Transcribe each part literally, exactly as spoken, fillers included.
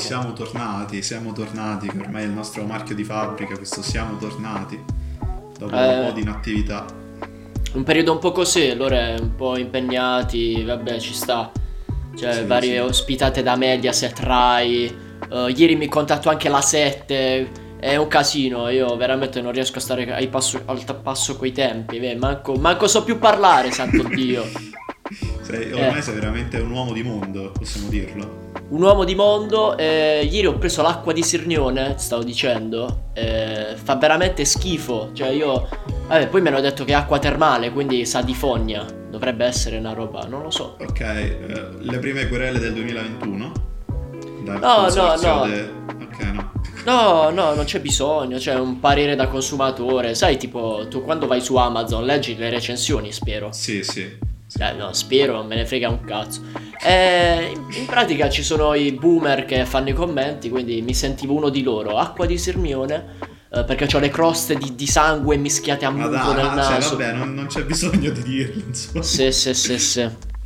siamo tornati, siamo tornati, che ormai è il nostro marchio di fabbrica, questo siamo tornati, dopo Eh. un po' di inattività. Un periodo un po' così, loro è un po' impegnati, vabbè, ci sta. Cioè, Sì, varie sì. ospitate da Mediaset, Rai. eh, ieri mi contatto anche la sette. È un casino, io veramente non riesco a stare ai passo, al ta- passo coi tempi. Beh, manco, manco so più parlare, santo Dio. Sei, ormai Eh. sei veramente un uomo di mondo, possiamo dirlo. Un uomo di mondo. eh, ieri ho preso l'acqua di Sirnione, stavo dicendo. eh, fa veramente schifo. Cioè, io. Vabbè, poi mi hanno detto che è acqua termale, quindi sa di fogna. Dovrebbe essere una roba, non lo so. Ok, eh, le prime querele del duemilaventuno? Dal No, consorzio no, no. de- Ok, no. No, no, non c'è bisogno, c'è un parere da consumatore. Sai, tipo, tu quando vai su Amazon leggi le recensioni, spero. Sì, sì. sì. Eh, no, spero, non me ne frega un cazzo. Eh, in, in pratica ci sono i boomer che fanno i commenti, quindi mi sentivo uno di loro. Acqua di Sirmione, eh, perché ho le croste di, di sangue mischiate a Ma muco dai, nel ma, cioè, naso. vabbè, non, non c'è bisogno di dirlo, insomma. Sì, sì, sì, sì.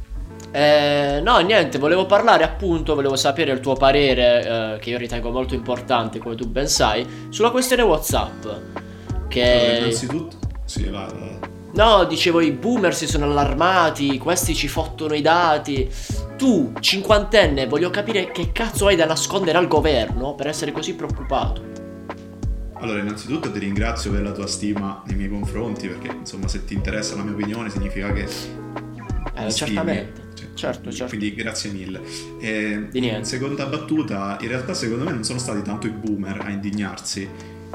Eh, no, niente, volevo parlare appunto, volevo sapere il tuo parere, eh, che io ritengo molto importante, come tu ben sai, sulla questione WhatsApp. Allora, Che... innanzitutto... Sì, vai, vai. No, dicevo, i boomer si sono allarmati, questi ci fottono i dati. Tu, cinquantenne, voglio capire che cazzo hai da nascondere al governo per essere così preoccupato. Allora, innanzitutto ti ringrazio per la tua stima nei miei confronti, perché insomma se ti interessa la mia opinione significa che Eh, mi stimi. certamente. Cioè, Certo, certo. Quindi grazie mille. E Di niente. in seconda battuta, in realtà secondo me non sono stati tanto i boomer a indignarsi,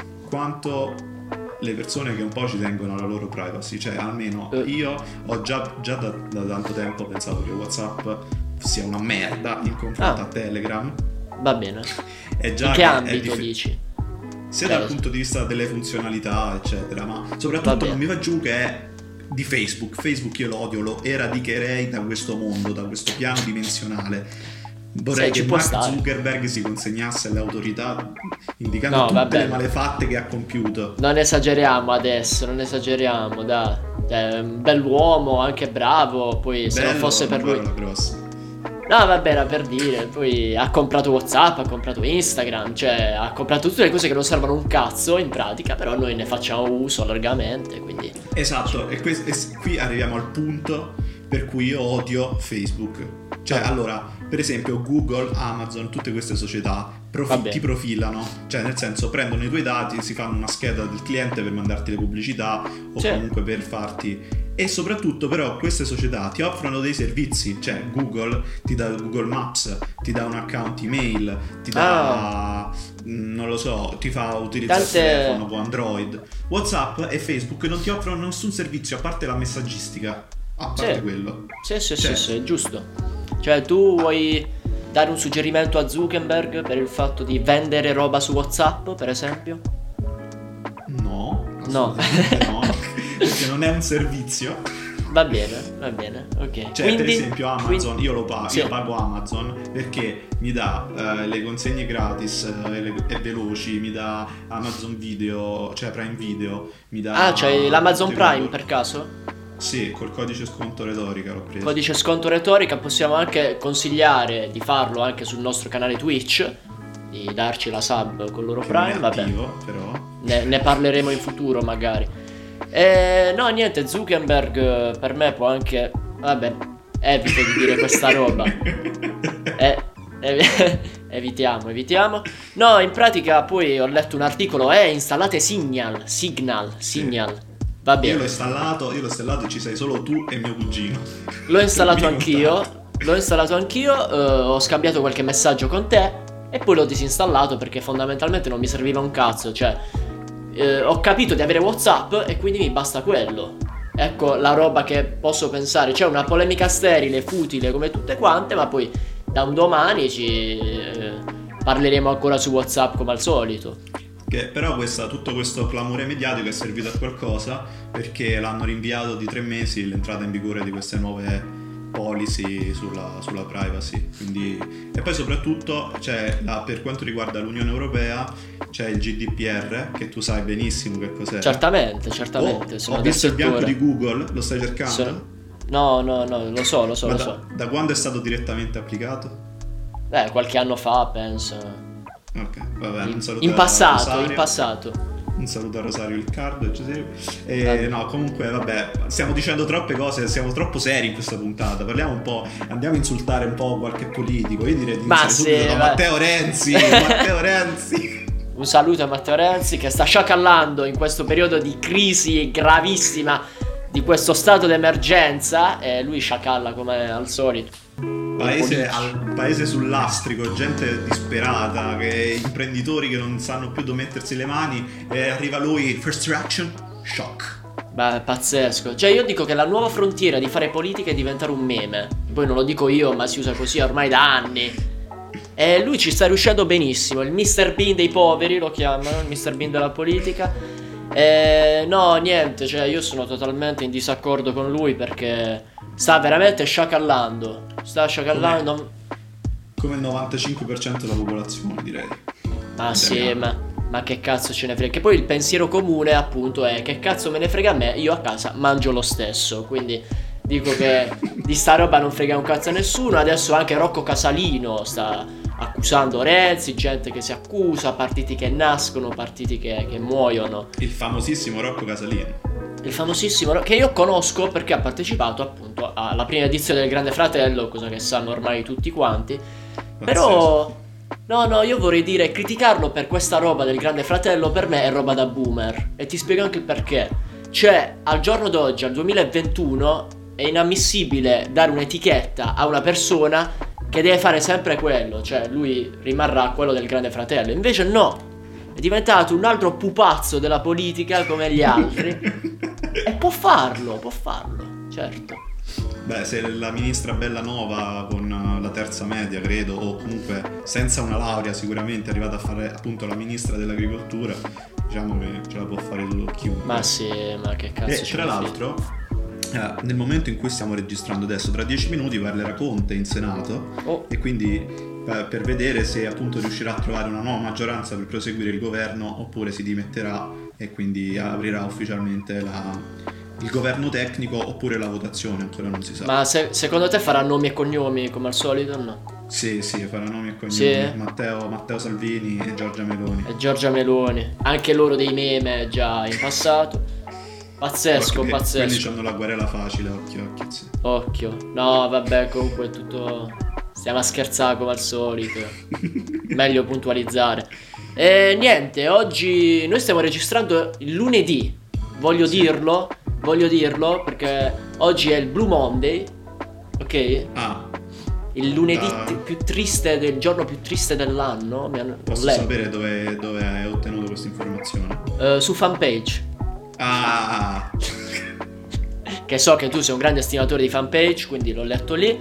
quanto le persone che un po' ci tengono alla loro privacy. Cioè, almeno Eh. io ho già, già da, da tanto tempo pensato che WhatsApp sia una merda in confronto Ah. a Telegram. Va bene. È già In che è ambito dif- dici? sia Cioè, dal punto di vista delle funzionalità, eccetera, ma soprattutto Vabbè. non mi fa giù che è di Facebook. Facebook io lo odio, lo eradicherei da questo mondo, da questo piano dimensionale. Vorrei Sì, ci che può Mark stare. Zuckerberg si consegnasse alle autorità indicando No, tutte vabbè. le malefatte che ha compiuto. Non esageriamo adesso, non esageriamo, dai. Cioè, un bell'uomo, anche bravo, poi se non Bello, fosse per una lui... parola grossa. No, vabbè, era per dire, poi ha comprato WhatsApp, ha comprato Instagram, cioè ha comprato tutte le cose che non servono un cazzo in pratica, però noi ne facciamo uso largamente, quindi... Esatto, e, que- e s- qui arriviamo al punto per cui io odio Facebook. Cioè, Ah. allora, per esempio Google, Amazon, tutte queste società profi- Vabbè. ti profilano, cioè nel senso prendono i tuoi dati, si fanno una scheda del cliente per mandarti le pubblicità o Sì. comunque per farti... E soprattutto però queste società ti offrono dei servizi, cioè Google ti dà Google Maps, ti dà un account email, ti dà, mm, non lo so, ti fa utilizzare Tante- il telefono con Android. WhatsApp e Facebook non ti offrono nessun servizio a parte la messaggistica, a parte Sì. quello. Sì, sì, Cioè- sì, sì, è giusto. Cioè, tu vuoi dare un suggerimento a Zuckerberg per il fatto di vendere roba su WhatsApp, per esempio? No, No. assolutamente no, perché non è un servizio. Va bene, va bene, ok. Cioè, Quindi, per esempio Amazon, quindi- io lo pago, Sì. io pago Amazon perché mi dà eh, le consegne gratis eh, e, le- e veloci, mi dà Amazon Video, cioè Prime Video, mi dà... Ah, c'hai l'Amazon tutte Prime quelle- per caso? Sì, col codice sconto retorica l'ho preso. Codice sconto retorica, possiamo anche consigliare di farlo anche sul nostro canale Twitch, di darci la sub con loro Che non Prime, è vabbè. attivo, però. Ne, ne parleremo in futuro magari. E, no, niente, Zuckerberg eh, per me può anche... Vabbè, evito di dire questa roba. Eh, ev- evitiamo, evitiamo. No, in pratica poi ho letto un articolo, eh, installate Signal, Signal, Signal. Va Io l'ho bene, installato, io l'ho installato e ci sei solo tu e mio cugino. l'ho installato Quindi anch'io, contate. l'ho installato anch'io, eh, ho scambiato qualche messaggio con te e poi l'ho disinstallato perché fondamentalmente non mi serviva un cazzo, cioè... Eh, ho capito di avere WhatsApp e quindi mi basta quello. Ecco la roba che posso pensare. C'è una polemica sterile, futile come tutte quante, ma poi da un domani ci eh, parleremo ancora su WhatsApp come al solito. Che però questa, tutto questo clamore mediatico è servito a qualcosa perché l'hanno rinviato di tre mesi l'entrata in vigore di queste nuove policy sulla, sulla privacy. Quindi, e poi soprattutto c'è la- per quanto riguarda l'Unione Europea c'è il G D P R che tu sai benissimo che cos'è. Certamente, certamente. Oh, sono ho del visto il bianco settore. di Google, lo stai cercando? Sono- No, no, no, lo so, lo so, Ma lo da, so. da quando è stato direttamente applicato? Beh, qualche anno fa, penso. Ok, vabbè, In, un saluto in a passato, Rosario. in passato. Un saluto a Rosario Riccardo e Giuseppe. E Vabbè. no, comunque, vabbè, stiamo dicendo troppe cose, siamo troppo seri in questa puntata. Parliamo un po', andiamo a insultare un po' qualche politico. Io direi di Ma iniziare sì, subito da vai. Matteo Renzi. Matteo Renzi. Un saluto a Matteo Renzi che sta sciacallando in questo periodo di crisi gravissima di questo stato d'emergenza e lui sciacalla come al solito. Paese, al, paese sull'astrico, gente disperata, che, imprenditori che non sanno più dove mettersi le mani e arriva lui, first reaction, shock. Beh, è pazzesco. Cioè io dico che la nuova frontiera di fare politica è diventare un meme. Poi non lo dico io, ma si usa così ormai da anni. E lui ci sta riuscendo benissimo. Il mister Bean dei poveri lo chiamano, il mister Bean della politica. E no, niente, cioè io sono totalmente in disaccordo con lui perché sta veramente sciacallando. Sta sciacallando. Come il novantacinque per cento della popolazione, direi. Ma sì, ma, ma che cazzo ce ne frega. Che poi il pensiero comune appunto è che cazzo me ne frega a me, io a casa mangio lo stesso. Quindi dico che di sta roba non frega un cazzo a nessuno. Adesso anche Rocco Casalino sta accusando Renzi, gente che si accusa, partiti che nascono, partiti che, che muoiono. Il famosissimo Rocco Casalino. Il famosissimo che io conosco perché ha partecipato appunto alla prima edizione del Grande Fratello, cosa che sanno ormai tutti quanti. Però no, no, io vorrei dire criticarlo per questa roba del Grande Fratello per me è roba da boomer e ti spiego anche il perché. Cioè, al giorno d'oggi, al duemilaventuno, è inammissibile dare un'etichetta a una persona che deve fare sempre quello, cioè lui rimarrà quello del Grande Fratello. Invece no, è diventato un altro pupazzo della politica come gli altri. E può farlo, può farlo, certo. Beh, se la ministra Bellanova con la terza media, credo, o comunque senza una laurea sicuramente è arrivata a fare appunto la ministra dell'agricoltura, diciamo che ce la può fare tutto chiunque. Ma sì, ma che cazzo. E tra l'altro, eh, nel momento in cui stiamo registrando adesso, tra dieci minuti parlerà Conte in Senato, Oh. e quindi eh, per vedere se appunto riuscirà a trovare una nuova maggioranza per proseguire il governo oppure si dimetterà e quindi aprirà ufficialmente la, il governo tecnico oppure la votazione, ancora non si sa. Ma se, secondo te farà nomi e cognomi come al solito o no? Sì, sì, farà nomi e cognomi. Sì. Matteo, Matteo Salvini e Giorgia Meloni. E Giorgia Meloni, anche loro dei meme già in passato. Pazzesco, Quelli- pazzesco. Quelli hanno la querela facile, occhio, occhio. Sì. Occhio. No, vabbè, comunque è tutto. Stiamo a scherzare come al solito. Meglio puntualizzare. E niente, oggi noi stiamo registrando il lunedì. Voglio Sì. dirlo, voglio dirlo perché oggi è il Blue Monday. Ok? Ah, Il lunedì Ah. t- più triste del giorno più triste dell'anno. Mi hanno posso letto. sapere dove, dove hai ottenuto questa informazione? Eh, su fanpage. Ah, Che so che tu sei un grande estimatore di fanpage, quindi l'ho letto lì.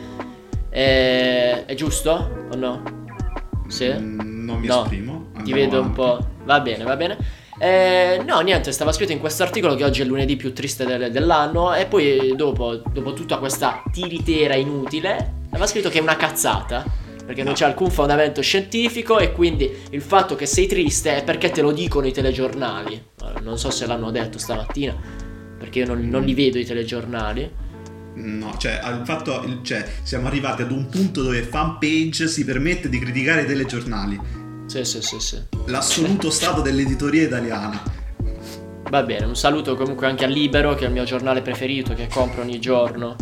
E... È giusto o no? Sì? mm, non mi No, esprimo. ti Andiamo vedo un avanti. po'. Va bene, va bene. Eh, no, niente, stava scritto in questo articolo che oggi è il lunedì più triste del- dell'anno. E poi dopo, dopo tutta questa tiritera inutile, aveva scritto che è una cazzata, perché non No. c'è alcun fondamento scientifico. E quindi il fatto che sei triste è perché te lo dicono i telegiornali. Eh, Non so se l'hanno detto stamattina, perché io non, non li vedo i telegiornali. No, cioè, il fatto, il- cioè, siamo arrivati ad un punto dove fanpage si permette di criticare i telegiornali. Sì, sì, sì, sì. L'assoluto stato dell'editoria italiana. Va bene, un saluto comunque anche a Libero, che è il mio giornale preferito, che compro ogni giorno.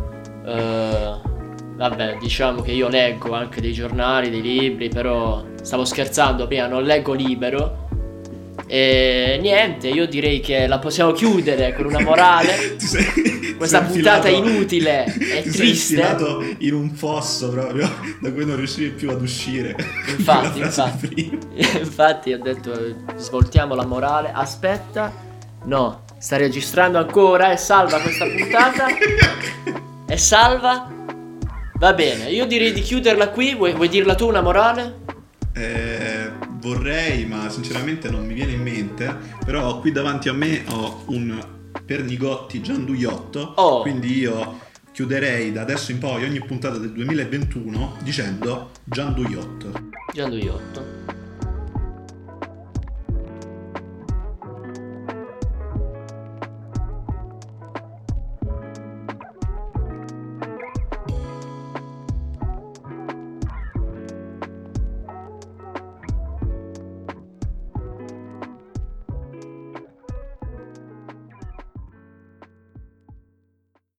Eh, vabbè, diciamo che io leggo anche dei giornali, dei libri, però stavo scherzando prima, non leggo Libero. E niente, io direi che la possiamo chiudere con una morale. Ti sei- Questa ti sei puntata infilato- inutile e ti sei triste. infilato in un fosso proprio da cui non riuscivi più ad uscire. Infatti, La frase infatti. prima. Infatti ho detto svoltiamo la morale. Aspetta. No, sta registrando ancora. È salva questa puntata. È salva. Va bene, io direi di chiuderla qui. Vuoi, vuoi dirla tu una morale? Eh, vorrei, ma sinceramente non mi viene in mente. Però qui davanti a me ho un Pernigotti Gianduiotto. Oh. Quindi io chiuderei da adesso in poi ogni puntata del duemilaventuno dicendo Gianduiotto. Gianduiotto.